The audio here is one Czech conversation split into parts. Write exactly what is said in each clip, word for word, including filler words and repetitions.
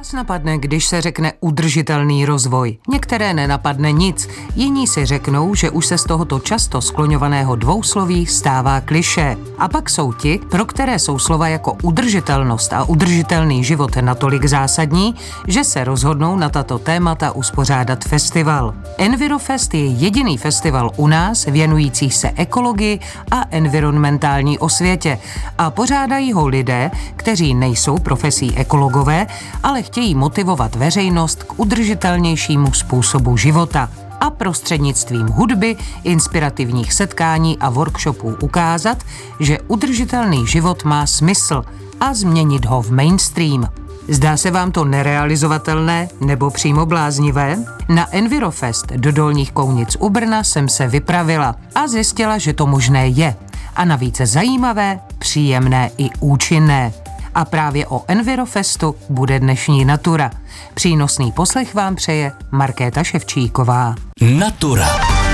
Vás napadne, když se řekne udržitelný rozvoj. Některé nenapadne nic, jiní si řeknou, že už se z tohoto často skloňovaného dvousloví stává klišé. A pak jsou ti, pro které jsou slova jako udržitelnost a udržitelný život natolik zásadní, že se rozhodnou na tato témata uspořádat festival. Envirofest je jediný festival u nás věnující se ekologii a environmentální osvětě a pořádají ho lidé, kteří nejsou profesí ekologové, ale chtějí motivovat veřejnost k udržitelnějšímu způsobu života a prostřednictvím hudby, inspirativních setkání a workshopů ukázat, že udržitelný život má smysl a změnit ho v mainstream. Zdá se vám to nerealizovatelné nebo přímo bláznivé? Na Envirofest do Dolních Kounic u Brna jsem se vypravila a zjistila, že to možné je. A navíc zajímavé, příjemné i účinné. A právě o Envirofestu bude dnešní Natura. Přínosný poslech vám přeje Markéta Ševčíková. Natura.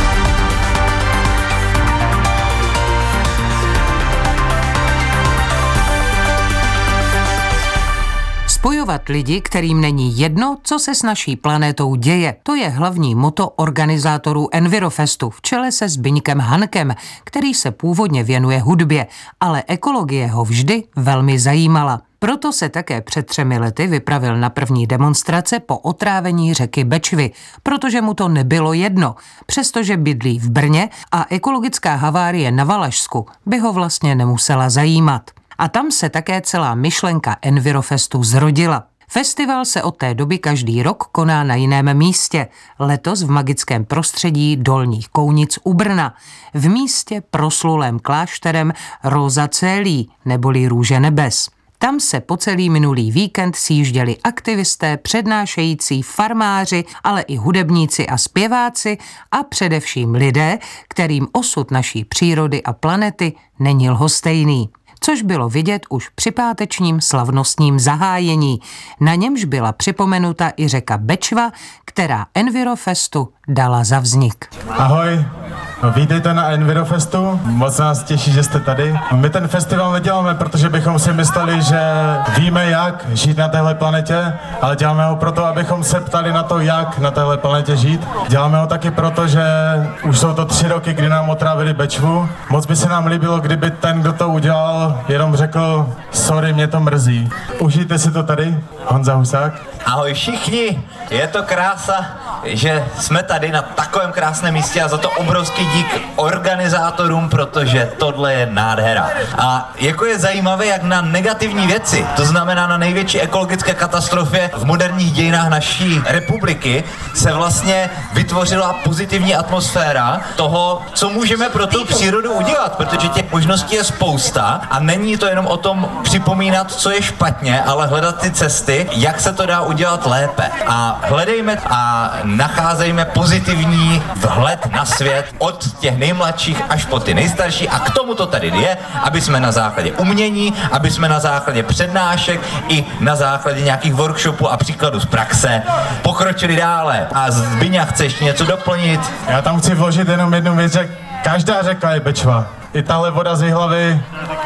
Spojovat lidi, kterým není jedno, co se s naší planétou děje. To je hlavní motto organizátorů Envirofestu v čele se Zbyňkem Hankem, který se původně věnuje hudbě, ale ekologie ho vždy velmi zajímala. Proto se také před třemi lety vypravil na první demonstrace po otrávení řeky Bečvy, protože mu to nebylo jedno, přestože bydlí v Brně a ekologická havárie na Valašsku by ho vlastně nemusela zajímat. A tam se také celá myšlenka Envirofestu zrodila. Festival se od té doby každý rok koná na jiném místě, letos v magickém prostředí Dolních Kounic u Brna, v místě proslulém klášterem Róza Célí, neboli Růže nebes. Tam se po celý minulý víkend sjížděli aktivisté, přednášející, farmáři, ale i hudebníci a zpěváci a především lidé, kterým osud naší přírody a planety není lhostejný. Což bylo vidět už při pátečním slavnostním zahájení. Na němž byla připomenuta i řeka Bečva, která Envirofestu dala za vznik. Ahoj, vítejte na Envirofestu, moc nás těší, že jste tady. My ten festival neděláme, protože bychom si mysleli, že víme, jak žít na téhle planetě, ale děláme ho proto, abychom se ptali na to, jak na téhle planetě žít. Děláme ho taky proto, že už jsou to tři roky, kdy nám otrávili Bečvu. Moc by se nám líbilo, kdyby ten, kdo to udělal, jenom řekl, sorry, mě to mrzí. Užijte si to tady, Honza Husák. Ahoj všichni, je to krása, že jsme tady na takovém krásném místě a za to obrovský dík organizátorům, protože tohle je nádhera. A jako je zajímavé, jak na negativní věci, to znamená na největší ekologické katastrofě v moderních dějinách naší republiky, se vlastně vytvořila pozitivní atmosféra toho, co můžeme pro tu přírodu udělat, protože těch možností je spousta a není to jenom o tom připomínat, co je špatně, ale hledat ty cesty, jak se to dá udělat lépe. A hledejme a nacházejme pozitivní vhled na svět od těch nejmladších až po ty nejstarší a k tomu to tady je, aby jsme na základě umění, aby jsme na základě přednášek i na základě nějakých workshopů a příkladů z praxe pokročili dále. A Zbyňa, chceš něco doplnit? Já tam chci vložit jenom jednu věc, že každá řeka je Bečva. I tahle voda z Jihlavy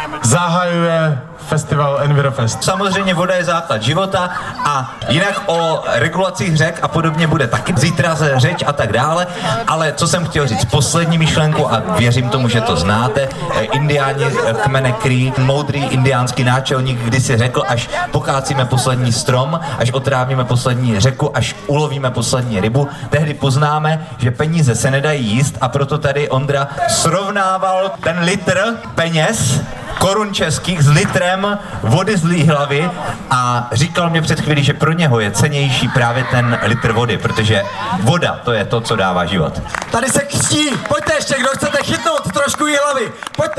zahajuje festival Envirofest. Samozřejmě voda je základ života a jinak o regulacích řek a podobně bude taky zítra se řeč a tak dále, ale co jsem chtěl říct, poslední myšlenku a věřím tomu, že to znáte, indiáni kmene Cree, moudrý indiánský náčelník kdysi řekl, až pokácíme poslední strom, až otrávíme poslední řeku, až ulovíme poslední rybu, tehdy poznáme, že peníze se nedají jíst a proto tady Ondra srovnával ten litr peněz korun českých s litrem vody z Jihlavy a říkal mě před chvílí, že pro něho je cennější právě ten litr vody, protože voda to je to, co dává život. Tady se křtí, pojďte ještě, kdo chcete chytnout trošku Jihlavy, pojďte.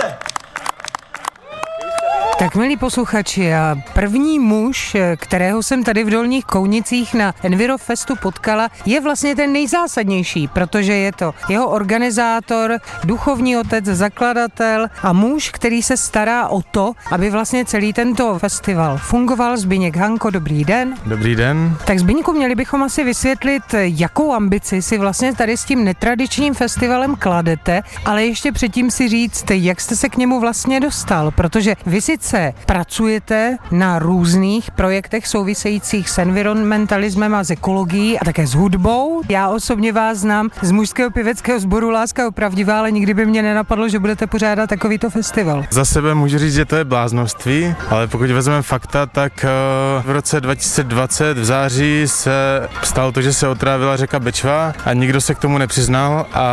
Tak milí posluchači, a první muž, kterého jsem tady v Dolních Kounicích na Envirofestu potkala, je vlastně ten nejzásadnější, protože je to jeho organizátor, duchovní otec, zakladatel a muž, který se stará o to, aby vlastně celý tento festival fungoval. Zbyněk Hanko, dobrý den. Dobrý den. Tak Zbyňku, měli bychom asi vysvětlit, jakou ambici si vlastně tady s tím netradičním festivalem kladete, ale ještě předtím si říct, jak jste se k němu vlastně dostal, protože vy si nadace pracujete na různých projektech souvisejících s environmentalismem a s ekologií a také s hudbou. Já osobně vás znám z mužského pěveckého sboru Láska opravdivá, ale nikdy by mě nenapadlo, že budete pořádat takovýto festival. Za sebe můžu říct, že to je bláznoství, ale pokud vezmeme fakta, tak v roce dva tisíce dvacet v září se stalo to, že se otrávila řeka Bečva a nikdo se k tomu nepřiznal a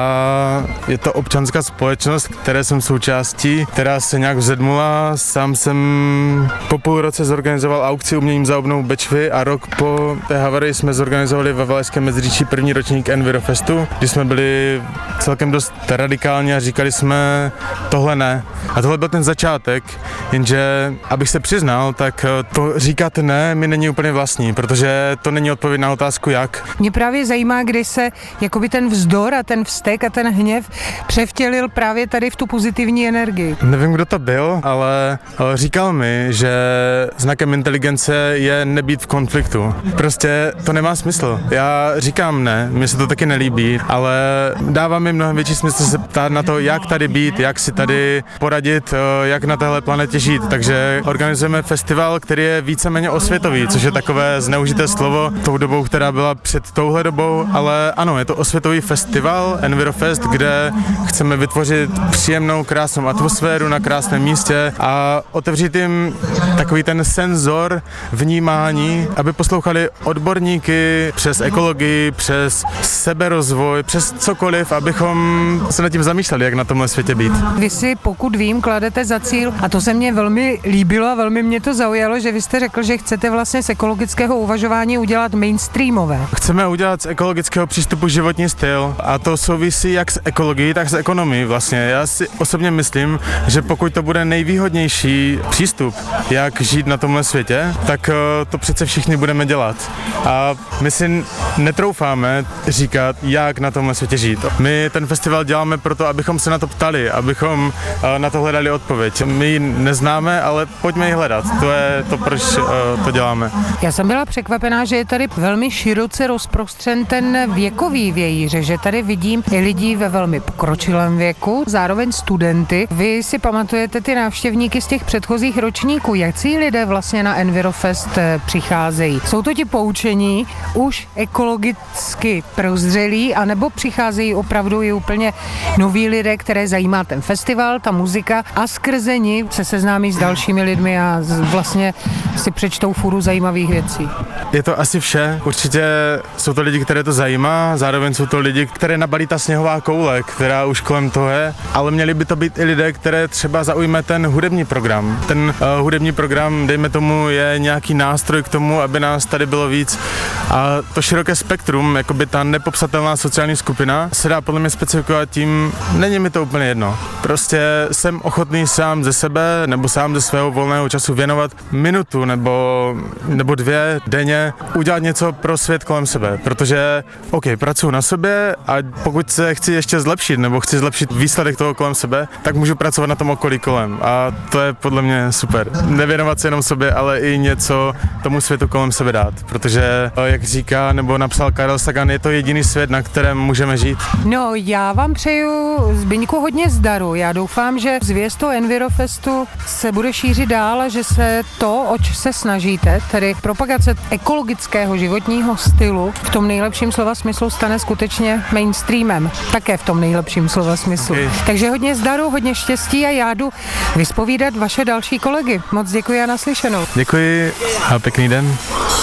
je to občanská společnost, které jsem součástí, která se nějak vzedmula. Sám jsem po půl roce zorganizoval aukci uměním za obnovu Bečvy a rok po té havarii jsme zorganizovali ve Valašském Meziříčí první ročník Envirofestu, kdy jsme byli celkem dost radikální a říkali jsme tohle ne. A tohle byl ten začátek, jenže abych se přiznal, tak to říkat ne mi není úplně vlastní, protože to není odpověď na otázku jak. Mě právě zajímá, kdy se jakoby ten vzdor a ten vztek a ten hněv převtělil právě tady v tu pozitivní energii. Nevím, kdo to byl, ale říkal mi, že znakem inteligence je nebýt v konfliktu. Prostě to nemá smysl. Já říkám ne, mně se to taky nelíbí, ale dává mi mnohem větší smysl se ptát na to, jak tady být, jak si tady poradit, jak na téhle planetě žít. Takže organizujeme festival, který je víceméně osvětový, což je takové zneužité slovo tou dobou, která byla před touhle dobou, ale ano, je to osvětový festival Envirofest, kde chceme vytvořit příjemnou, krásnou atmosféru na krásném místě a otevřít jim takový ten senzor vnímání, aby poslouchali odborníky přes ekologii, přes seberozvoj, přes cokoliv, abychom se nad tím zamýšleli, jak na tomhle světě být. Vy si, pokud vím, kladete za cíl, a to se mně velmi líbilo a velmi mě to zaujalo, že vy jste řekl, že chcete vlastně z ekologického uvažování udělat mainstreamové. Chceme udělat z ekologického přístupu životní styl a to souvisí jak s ekologií, tak s ekonomií vlastně. Já si osobně myslím, že pokud to bude nejvýhodnější přístup, jak žít na tomhle světě, tak to přece všichni budeme dělat. A my si netroufáme říkat, jak na tomhle světě žít. My ten festival děláme proto, abychom se na to ptali, abychom na to hledali odpověď. My ji neznáme, ale pojďme ji hledat. To je to, proč to děláme. Já jsem byla překvapená, že je tady velmi široce rozprostřen ten věkový vějíř, že tady vidím i lidi ve velmi pokročilém věku, zároveň studenty. Vy si pamatujete ty návštěvníky z těch předchozích ročníků. Jakcí lidé vlastně na Envirofest přicházejí? Jsou to ti poučení, už ekologicky prozřelí, anebo přicházejí opravdu i úplně noví lidé, které zajímá ten festival, ta muzika a skrze ní se seznámí s dalšími lidmi a vlastně si přečtou furu zajímavých věcí? Je to asi vše. Určitě jsou to lidi, které to zajímá, zároveň jsou to lidi, které nabalí ta sněhová koule, která už kolem toho je, ale měli by to být i lidé, které třeba zaujme ten hudební program. Ten uh, hudební program, dejme tomu, je nějaký nástroj k tomu, aby nás tady bylo víc. A to široké spektrum, jakoby ta nepopsatelná sociální skupina, se dá podle mě specifikovat tím, není mi to úplně jedno. Prostě jsem ochotný sám ze sebe nebo sám ze svého volného času věnovat minutu nebo, nebo dvě denně, udělat něco pro svět kolem sebe, protože OK, pracuji na sobě a pokud se chci ještě zlepšit nebo chci zlepšit výsledek toho kolem sebe, tak můžu pracovat na tom okolí kolem a to je podle mě super. Nevěnovat se jenom sobě, ale i něco tomu světu kolem sebe dát, protože jak říká nebo napsal Karel Sagan, je to jediný svět, na kterém můžeme žít. No, já vám přeju, Zbyňku, hodně zdaru. Já doufám, že zvěst o Envirofestu se bude šířit dál a že se to, oč se snažíte, tedy propagace ekologického životního stylu, v tom nejlepším slova smyslu stane skutečně mainstreamem. Také v tom nejlepším slova smyslu. Okay. Takže hodně zdaru, hodně štěstí a já jdu vyspovídat vaše další kolegy. Moc děkuji a naslyšenou. Děkuji a pěkný den.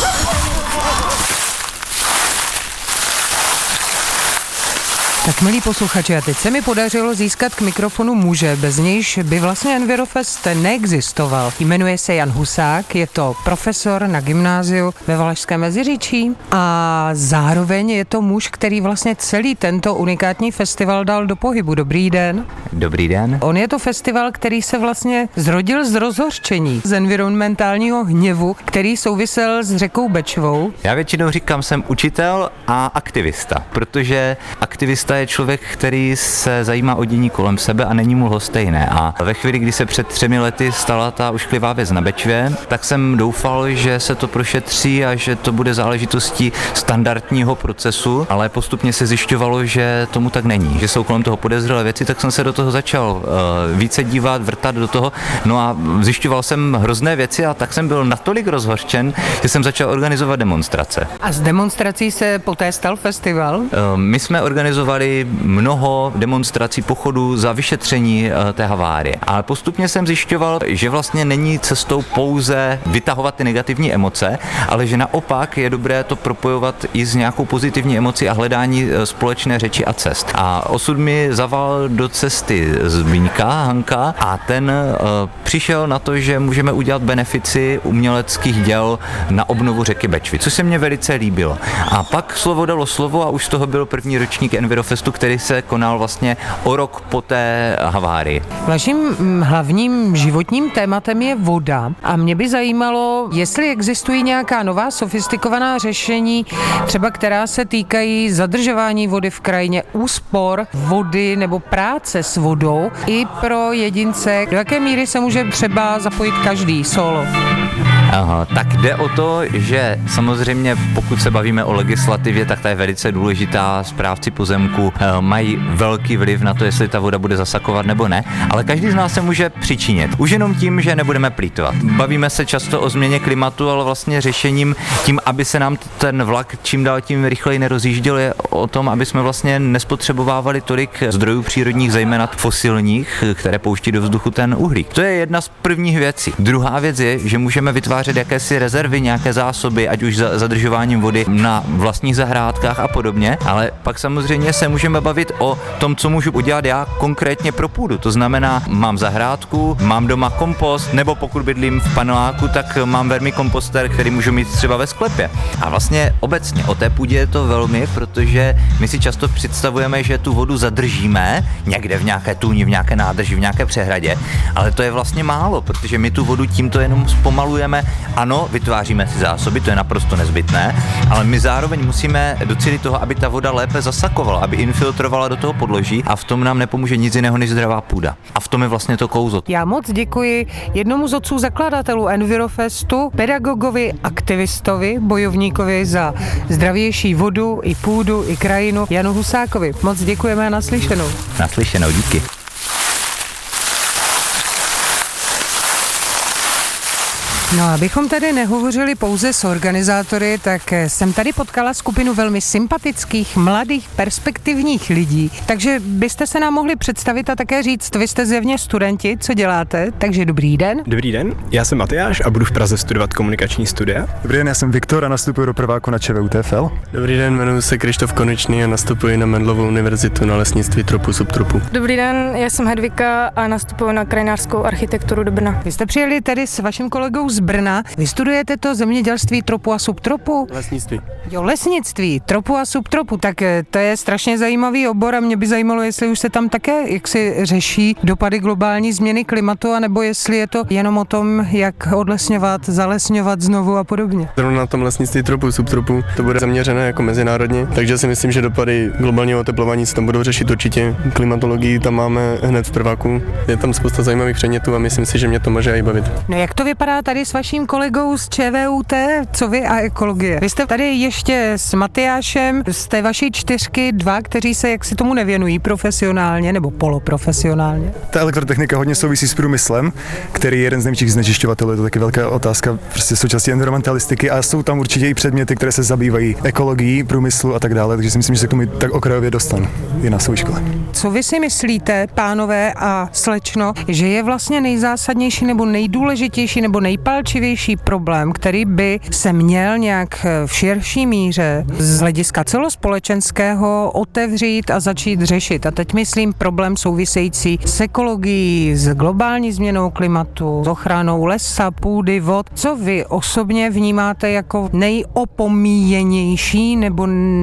Tak milí posluchači, a teď se mi podařilo získat k mikrofonu muže, bez nějž by vlastně Envirofest neexistoval. Jmenuje se Jan Husák, je to profesor na gymnáziu ve Valašském Meziříčí a zároveň je to muž, který vlastně celý tento unikátní festival dal do pohybu. Dobrý den. Dobrý den. On je to festival, který se vlastně zrodil z rozhořčení, z environmentálního hněvu, který souvisel s řekou Bečvou. Já většinou říkám, jsem učitel a aktivista, protože aktivista je člověk, který se zajímá o dění kolem sebe a není mu lhostejné. A ve chvíli, kdy se před třemi lety stala ta ošklivá věc na Bečvě, tak jsem doufal, že se to prošetří a že to bude záležitostí standardního procesu, ale postupně se zjišťovalo, že tomu tak není, že jsou kolem toho podezřelé věci, tak jsem se do toho začal uh, více dívat, vrtat do toho, no a zjišťoval jsem hrozné věci a tak jsem byl natolik rozhořčen, že jsem začal organizovat demonstrace. A z demonstrací se poté stal festival? Uh, my jsme organizovali mnoho demonstrací, pochodů za vyšetření uh, té havárie, ale postupně jsem zjišťoval, že vlastně není cestou pouze vytahovat ty negativní emoce, ale že naopak je dobré to propojovat i s nějakou pozitivní emocí a hledání uh, společné řeči a cest. A osud mi zaval do cesty Zbyňka Hanka a ten uh, přišel na to, že můžeme udělat benefici uměleckých děl na obnovu řeky Bečvy, což se mně velice líbilo. A pak slovo dalo slovo a už z toho byl první ročník Envirofestu, který se konal vlastně o rok po té havárii. Vaším hlavním životním tématem je voda a mě by zajímalo, jestli existují nějaká nová sofistikovaná řešení, třeba která se týkají zadržování vody v krajině, úspor vody nebo práce s vodou i pro jedince. Do jaké míry se může třeba zapojit každý solo? Aha, tak jde o to, že samozřejmě pokud se bavíme o legislativě, tak ta je velice důležitá, správci pozemku e, mají velký vliv na to, jestli ta voda bude zasakovat nebo ne, ale každý z nás se může přičinit. Už jenom tím, že nebudeme plýtvat. Bavíme se často o změně klimatu, ale vlastně řešením tím, aby se nám ten vlak čím dál tím rychleji nerozjížděl, je o tom, aby jsme vlastně nespotřebovávali tolik zdrojů přírodních, zejména fosilních, které pouští do vzduchu ten uhlík. To je jedna z prvních věcí. Druhá věc je, že můžeme vytvářet jakési rezervy, nějaké zásoby, ať už za zadržováním vody na vlastních zahrádkách a podobně, ale pak samozřejmě se můžeme bavit o tom, co můžu udělat já konkrétně pro půdu. To znamená, mám zahrádku, mám doma kompost, nebo pokud bydlím v paneláku, tak mám vermikomposter, který můžu mít třeba ve sklepě. A vlastně obecně o té půdě je to velmi, protože my si často představujeme, že tu vodu zadržíme někde v nějaké tůni, v nějaké nádrži, v nějaké přehradě, ale to je vlastně málo, protože my tu vodu tímto jenom zpomalujeme. Ano, vytváříme si zásoby, to je naprosto nezbytné, ale my zároveň musíme docílit toho, aby ta voda lépe zasakovala, aby infiltrovala do toho podloží a v tom nám nepomůže nic jiného než zdravá půda. A v tom je vlastně to kouzlo. Já moc děkuji jednomu z otců zakladatelů Envirofestu, pedagogovi, aktivistovi, bojovníkovi za zdravější vodu i půdu i krajinu, Janu Husákovi. Moc děkujeme a naslyšenou. Naslyšenou, díky. No, abychom tady nehovořili pouze s organizátory, tak jsem tady potkala skupinu velmi sympatických, mladých, perspektivních lidí. Takže byste se nám mohli představit a také říct, vy jste zjevně studenti, co děláte, takže dobrý den. Dobrý den, já jsem Matyáš a budu v Praze studovat komunikační studia. Dobrý den, já jsem Viktor a nastupuji do prváku na ČVUTFL. Dobrý den, jmenuji se Krištof Konečný a nastupuji na Mendelovu univerzitu na lesnictví tropu subtropu. Dobrý den, já jsem Hedvika a nastupuji na krajinářskou architekturu do Brna. Vy jste přijeli tedy s vaším kolegou z Brna. Vy studujete to zemědělství tropu a subtropu? Lesnictví. Jo, lesnictví, tropu a subtropu, tak to je strašně zajímavý obor a mě by zajímalo, jestli už se tam také jak si řeší dopady globální změny klimatu, anebo jestli je to jenom o tom, jak odlesňovat, zalesňovat znovu a podobně. Zrovna na tom lesnictví tropu subtropu to bude zaměřené jako mezinárodně, takže si myslím, že dopady globálního oteplování se tam budou řešit určitě. Klimatologii tam máme hned v prváku. Je tam spousta zajímavých předmětů a myslím si, že mě to může i bavit. No jak to vypadá tady s vaším kolegou z ČVUT, co vy a ekologie? Vy jste tady ještě s Matyášem, z té vaší čtyřky dva, kteří se jaksi tomu nevěnují profesionálně nebo poloprofesionálně. Ta elektrotechnika hodně souvisí s průmyslem, který je jeden z největších znečišťovatelů, je to taky velká otázka prostě součástí environmentalistiky a jsou tam určitě i předměty, které se zabývají ekologií, průmyslu a tak dále, takže si myslím, že se k tomu tak okrajově dostanu i na své škole. Co vy si myslíte, pánové a slečno, že je vlastně nejzásadnější nebo nejdůležitější nebo nejpalčivější problém, který by se měl nějak v širší míře z hlediska celospolečenského otevřít a začít řešit? A teď myslím problém související s ekologií, s globální změnou klimatu, s ochranou lesa, půdy, vod. Co vy osobně vnímáte jako nejopomíjenější nebo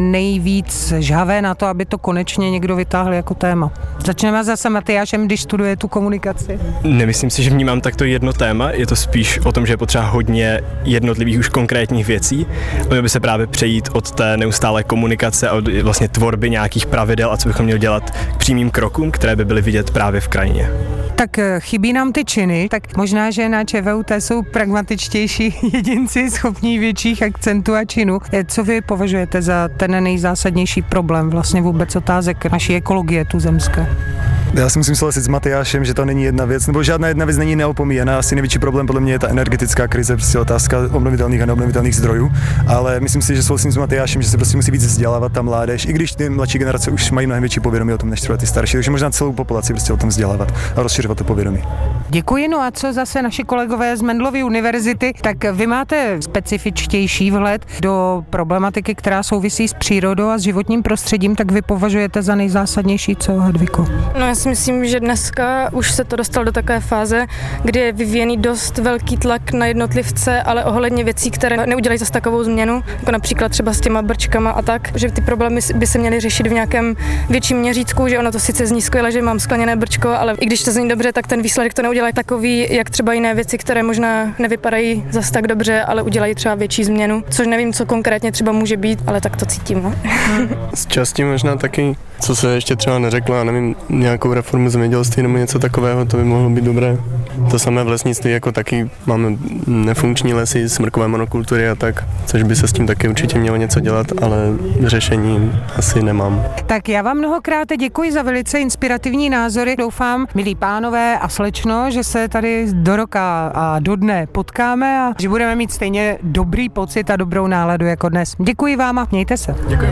nejvíc žhavé na to, aby to konečně někdo vytáhl jako téma? Začneme zase Matyášem, když studuje tu komunikaci. Nemyslím si, že vnímám takto jedno téma, je to spíš o tom, tom, že je potřeba hodně jednotlivých už konkrétních věcí. Mělo by se právě přejít od té neustálé komunikace a od vlastně tvorby nějakých pravidel a co bychom měli dělat k přímým krokům, které by byly vidět právě v krajině. Tak chybí nám ty činy, tak možná, že na ČVUT jsou pragmatičtější jedinci, schopní větších akcentů a činů. Co vy považujete za ten nejzásadnější problém vlastně vůbec otázek naší ekologie tuzemské? Já si musím souhlasit s Matyášem, že to není jedna věc, nebo žádná jedna věc není neopomíjená. Asi největší problém podle mě je ta energetická krize, prostě otázka obnovitelných a neobnovitelných zdrojů. Ale myslím si, že souhlasím s Matyášem, že se prostě musí víc vzdělávat ta mládež, i když ty mladší generace už mají mnohem větší povědomí o tom než třeba ty starší, takže možná celou populaci prostě o tom vzdělávat a rozšiřovat to povědomí. Děkuji, no a co zase naši kolegové z Mendelovy univerzity, tak vy máte specifičtější vhled do problematiky, která souvisí s přírodou a s životním prostředím, tak vy považujete za nejzásadnější co, Hedviko? No já si myslím, že dneska už se to dostalo do takové fáze, kdy je vyvíjený dost velký tlak na jednotlivce, ale ohledně věcí, které neudělají zase takovou změnu, jako například třeba s těma brčkama a tak, že ty problémy by se měly řešit v nějakém větším měřítku, že ono to sice zní skvěle, že mám skleněné brčko, ale i když to zní dobře, tak ten výsledek to neudělá takový, jak třeba jiné věci, které možná nevypadají zase tak dobře, ale udělají třeba větší změnu, což nevím, co konkrétně třeba může být, ale tak to cítím. No? Z části možná taky, co se ještě třeba neřekla, nevím, nějakou reformu zemědělství nebo něco takového, to by mohlo být dobré. To samé v lesnictví, jako taky máme nefunkční lesy, smrkové monokultury a tak, což by se s tím taky určitě mělo něco dělat, ale řešení asi nemám. Tak já vám mnohokrát děkuji za velice inspirativní názory. Doufám, milí pánové a slečno, že se tady do roka a do dne potkáme a že budeme mít stejně dobrý pocit a dobrou náladu jako dnes. Děkuji vám a mějte se. Děkuji.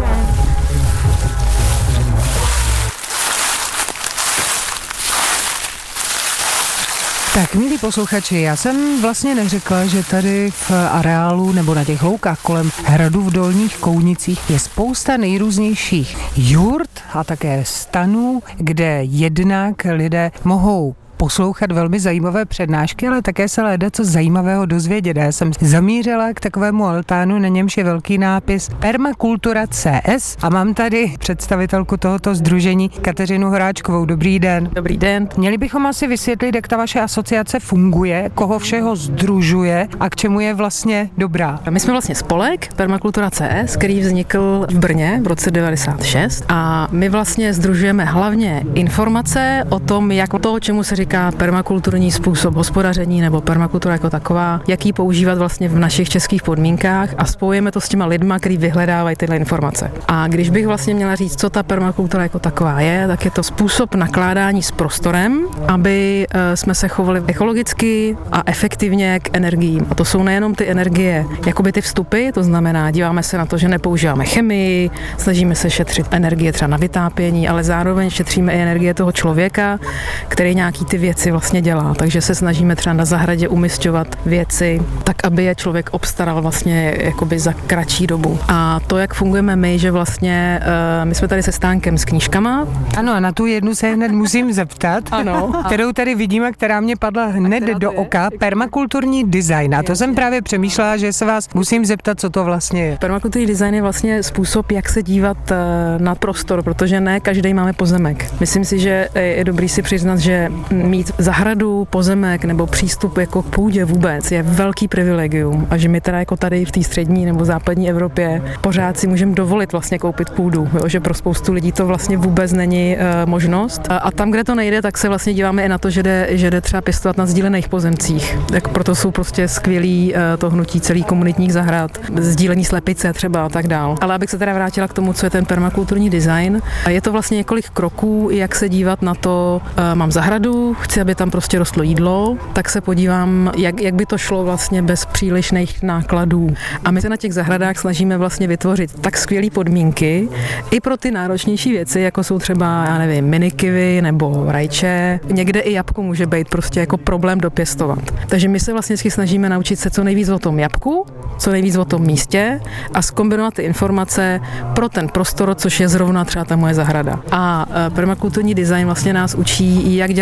Tak, milí posluchači, já jsem vlastně neřekla, že tady v areálu nebo na těch loukách kolem hradu v Dolních Kounicích je spousta nejrůznějších jurt a také stanů, kde jednak lidé mohou poslouchat velmi zajímavé přednášky, ale také se leda co zajímavého dozvědět. Já jsem zamířila k takovému altánu, na němž je velký nápis Permakultura C S a mám tady představitelku tohoto sdružení Kateřinu Horáčkovou. Dobrý den. Dobrý den. Měli bychom asi vysvětlit, jak ta vaše asociace funguje, koho všeho sdružuje a k čemu je vlastně dobrá. My jsme vlastně spolek Permakultura C S, který vznikl v Brně v roce devadesát šest a my vlastně sdružujeme hlavně informace o tom, jak toho, čemu se říká permakulturní způsob hospodaření nebo permakultura jako taková, jak ji používat vlastně v našich českých podmínkách a spojujeme to s těma lidma, kteří vyhledávají tyhle informace. A když bych vlastně měla říct, co ta permakultura jako taková je, tak je to způsob nakládání s prostorem, aby jsme se chovali ekologicky a efektivně k energiím. A to jsou nejenom ty energie, jakoby ty vstupy, to znamená, díváme se na to, že nepoužíváme chemii, snažíme se šetřit energie třeba na vytápění, ale zároveň šetříme i energie toho člověka, který nějaký ty věci vlastně dělá. Takže se snažíme třeba na zahradě umisťovat věci, tak aby je člověk obstaral vlastně jakoby za kratší dobu. A to, jak fungujeme my, že vlastně uh, my jsme tady se stánkem s knížkama. Ano, a na tu jednu se hned musím zeptat, ano, kterou tady vidíme, která mě padla hned do oka, permakulturní design. A to jsem právě přemýšlela, že se vás musím zeptat, co to vlastně je. Permakulturní design je vlastně způsob, jak se dívat uh, na prostor, protože ne každý máme pozemek. Myslím si, že je dobrý si přiznat, že mít zahradu, pozemek nebo přístup jako k půdě vůbec je velký privilegium a že my teda jako tady v té střední nebo západní Evropě pořád si můžeme dovolit vlastně koupit půdu, jo? Že pro spoustu lidí to vlastně vůbec není uh, možnost a, a tam, kde to nejde, tak se vlastně díváme i na to, že jde, že jde třeba pěstovat na sdílených pozemcích. Tak proto jsou prostě skvělý uh, to hnutí celý komunitních zahrad, sdílení slepice třeba a tak dál. Ale abych se teda vrátila k tomu, co je ten permakulturní design, je to vlastně několik kroků, jak se dívat na to, uh, mám zahradu, chci, aby tam prostě rostlo jídlo, tak se podívám, jak, jak by to šlo vlastně bez přílišných nákladů. A my se na těch zahradách snažíme vlastně vytvořit tak skvělé podmínky i pro ty náročnější věci, jako jsou třeba, já nevím, minikivy nebo rajče. Někde i jabko může být prostě jako problém dopěstovat. Takže my se vlastně vždycky snažíme naučit se co nejvíc o tom jabku, co nejvíc o tom místě a zkombinovat ty informace pro ten prostor, což je zrovna třeba ta moje zahrada. A permakulturní design vlastně nás učí, jak dělat ty věci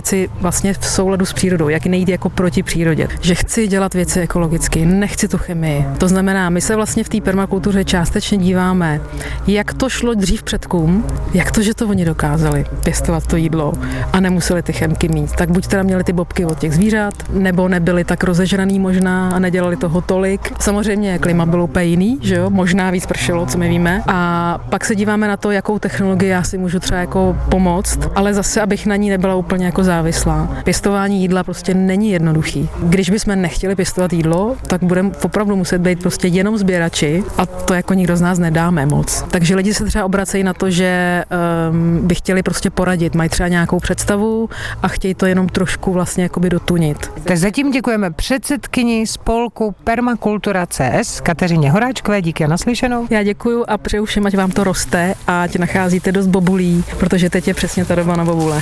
věci vlastně v souladu s přírodou, jak nejít jako proti přírodě. Že chci dělat věci ekologicky, nechci tu chemii. To znamená, my se vlastně v té permakultuře částečně díváme, jak to šlo dřív předkům, jak to, že to oni dokázali pěstovat to jídlo a nemuseli ty chemky mít. Tak buď teda měli ty bobky od těch zvířat, nebo nebyli tak rozežraný možná a nedělali toho tolik. Samozřejmě klima bylo úplně jiný, že jo, možná víc pršelo, co my víme. A pak se díváme na to, jakou technologii já si můžu třeba jako pomoct, ale zase, abych na ní nebyla úplně jako závislá. Pěstování jídla prostě není jednoduchý. Když bychom nechtěli pěstovat jídlo, tak budeme opravdu muset být prostě jenom sběrači a to jako nikdo z nás nedáme moc. Takže lidi se třeba obracejí na to, že um, by chtěli prostě poradit, mají třeba nějakou představu a chtějí to jenom trošku vlastně jakoby dotunit. Tak zatím děkujeme předsedkyni spolku Permakultura C S Kateřině Horáčkové, díky a naslyšenou. Já děkuju a přeju všem, ať vám to roste a ať nacházíte dost bobulí, protože teď je přesně ta doba na bobule.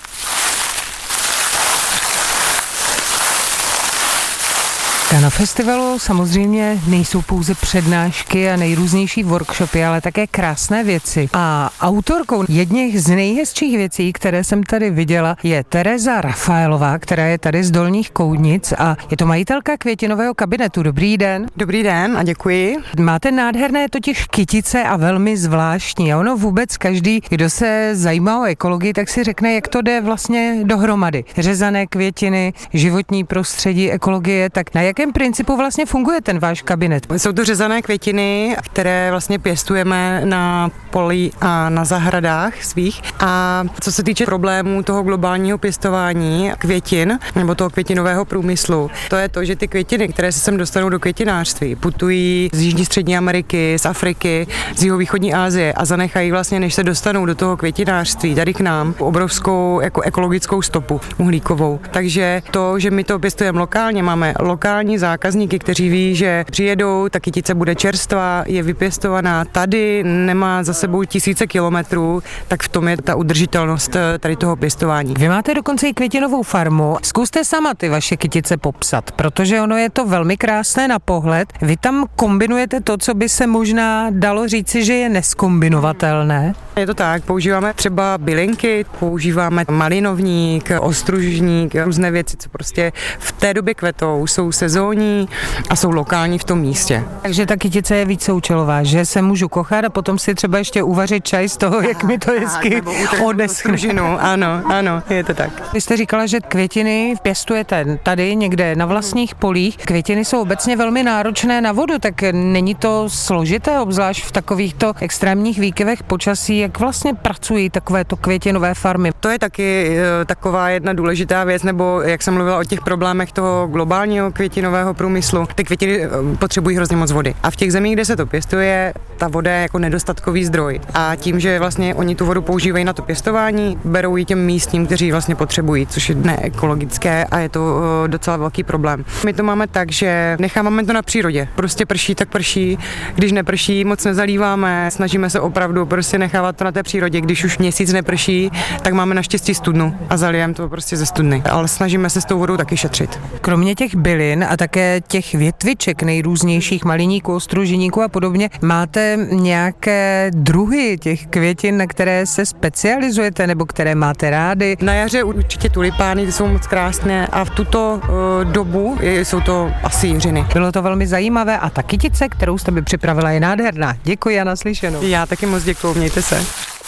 Na festivalu samozřejmě nejsou pouze přednášky a nejrůznější workshopy, ale také krásné věci. A autorkou jedněch z nejhezčích věcí, které jsem tady viděla, je Tereza Rafaelová, která je tady z Dolních Koudnic a je to majitelka květinového kabinetu. Dobrý den. Dobrý den a děkuji. Máte nádherné totiž kytice a velmi zvláštní. A ono vůbec každý, kdo se zajímá o ekologii, tak si řekne, jak to jde vlastně dohromady. Řezané květiny, životní prostředí, ekologie, tak na jakém principu vlastně funguje ten váš kabinet? Jsou to řezané květiny, které vlastně pěstujeme na poli a na zahradách svých. A co se týče problémů toho globálního pěstování květin nebo toho květinového průmyslu, to je to, že ty květiny, které se sem dostanou do květinářství, putují z Jižní Střední Ameriky, z Afriky, z jihovýchodní Asie a zanechají vlastně, než se dostanou do toho květinářství, tady k nám, obrovskou jako ekologickou stopu uhlíkovou. Takže to, že my to pěstujeme lokálně, máme lokální zákazníky, kteří ví, že přijedou, ta kytice bude čerstvá, je vypěstovaná tady, nemá za sebou tisíce kilometrů, tak v tom je ta udržitelnost tady toho pěstování. Vy máte dokonce i květinovou farmu. Zkuste sama ty vaše kytice popsat, protože ono je to velmi krásné na pohled. Vy tam kombinujete to, co by se možná dalo říci, že je neskombinovatelné. Je to tak, používáme třeba bylinky, používáme malinovník, ostružník, různé věci, co prostě v té době kvetou, jsou sezónní a jsou lokální v tom místě. Takže ta kytice je víceúčelová, že se můžu kochat a potom si třeba ještě uvařit čaj z toho, jak mi to hezky odeschne. Ano, ano, je to tak. Vy jste říkala, že květiny pěstujete tady někde na vlastních polích. Květiny jsou obecně velmi náročné na vodu, tak není to složité, obzvlášť v takovýchto extrémních výkyvech počasí, jak vlastně pracují takovéto květinové farmy? To je taky e, taková jedna důležitá věc, nebo jak jsem mluvila o těch problémech toho globálního květinového průmyslu, ty květiny e, potřebují hrozně moc vody. A v těch zemích, kde se to pěstuje, ta voda je jako nedostatkový zdroj. A tím, že vlastně oni tu vodu používají na to pěstování, berou ji těm místním, kteří vlastně potřebují, což je neekologické a je to e, docela velký problém. My to máme tak, že necháváme to na přírodě. Prostě prší, tak prší. Když neprší, moc nezalíváme, snažíme se opravdu prostě nechávat to na té přírodě. Když už měsíc neprší, tak máme naštěstí studnu a zalijeme to prostě ze studny. Ale snažíme se s tou vodou taky šetřit. Kromě těch bylin a také těch větviček nejrůznějších maliníků, ostruženíků a podobně, máte nějaké druhy těch květin, na které se specializujete nebo které máte rády? Na jaře určitě tulipány, ty jsou moc krásné a v tuto uh, dobu jsou to asi jiřiny. Bylo to velmi zajímavé a ta kytice, kterou jste mi připravila, je nádherná. Děkuji a naslyšenou. Já taky moc děkuji, mějte se.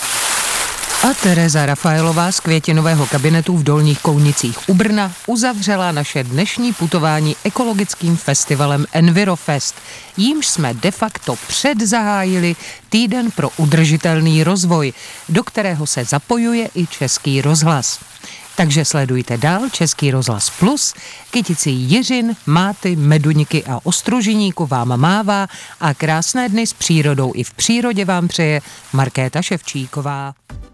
A Tereza Rafaelová z květinového kabinetu v Dolních Koudnicích u Brna uzavřela naše dnešní putování ekologickým festivalem Envirofest. Jímž jsme de facto předzahájili Týden pro udržitelný rozvoj, do kterého se zapojuje i Český rozhlas. Takže sledujte dál Český rozhlas Plus, kytici jiřin, máty, meduňky a ostružiníku vám mává a krásné dny s přírodou i v přírodě vám přeje Markéta Ševčíková.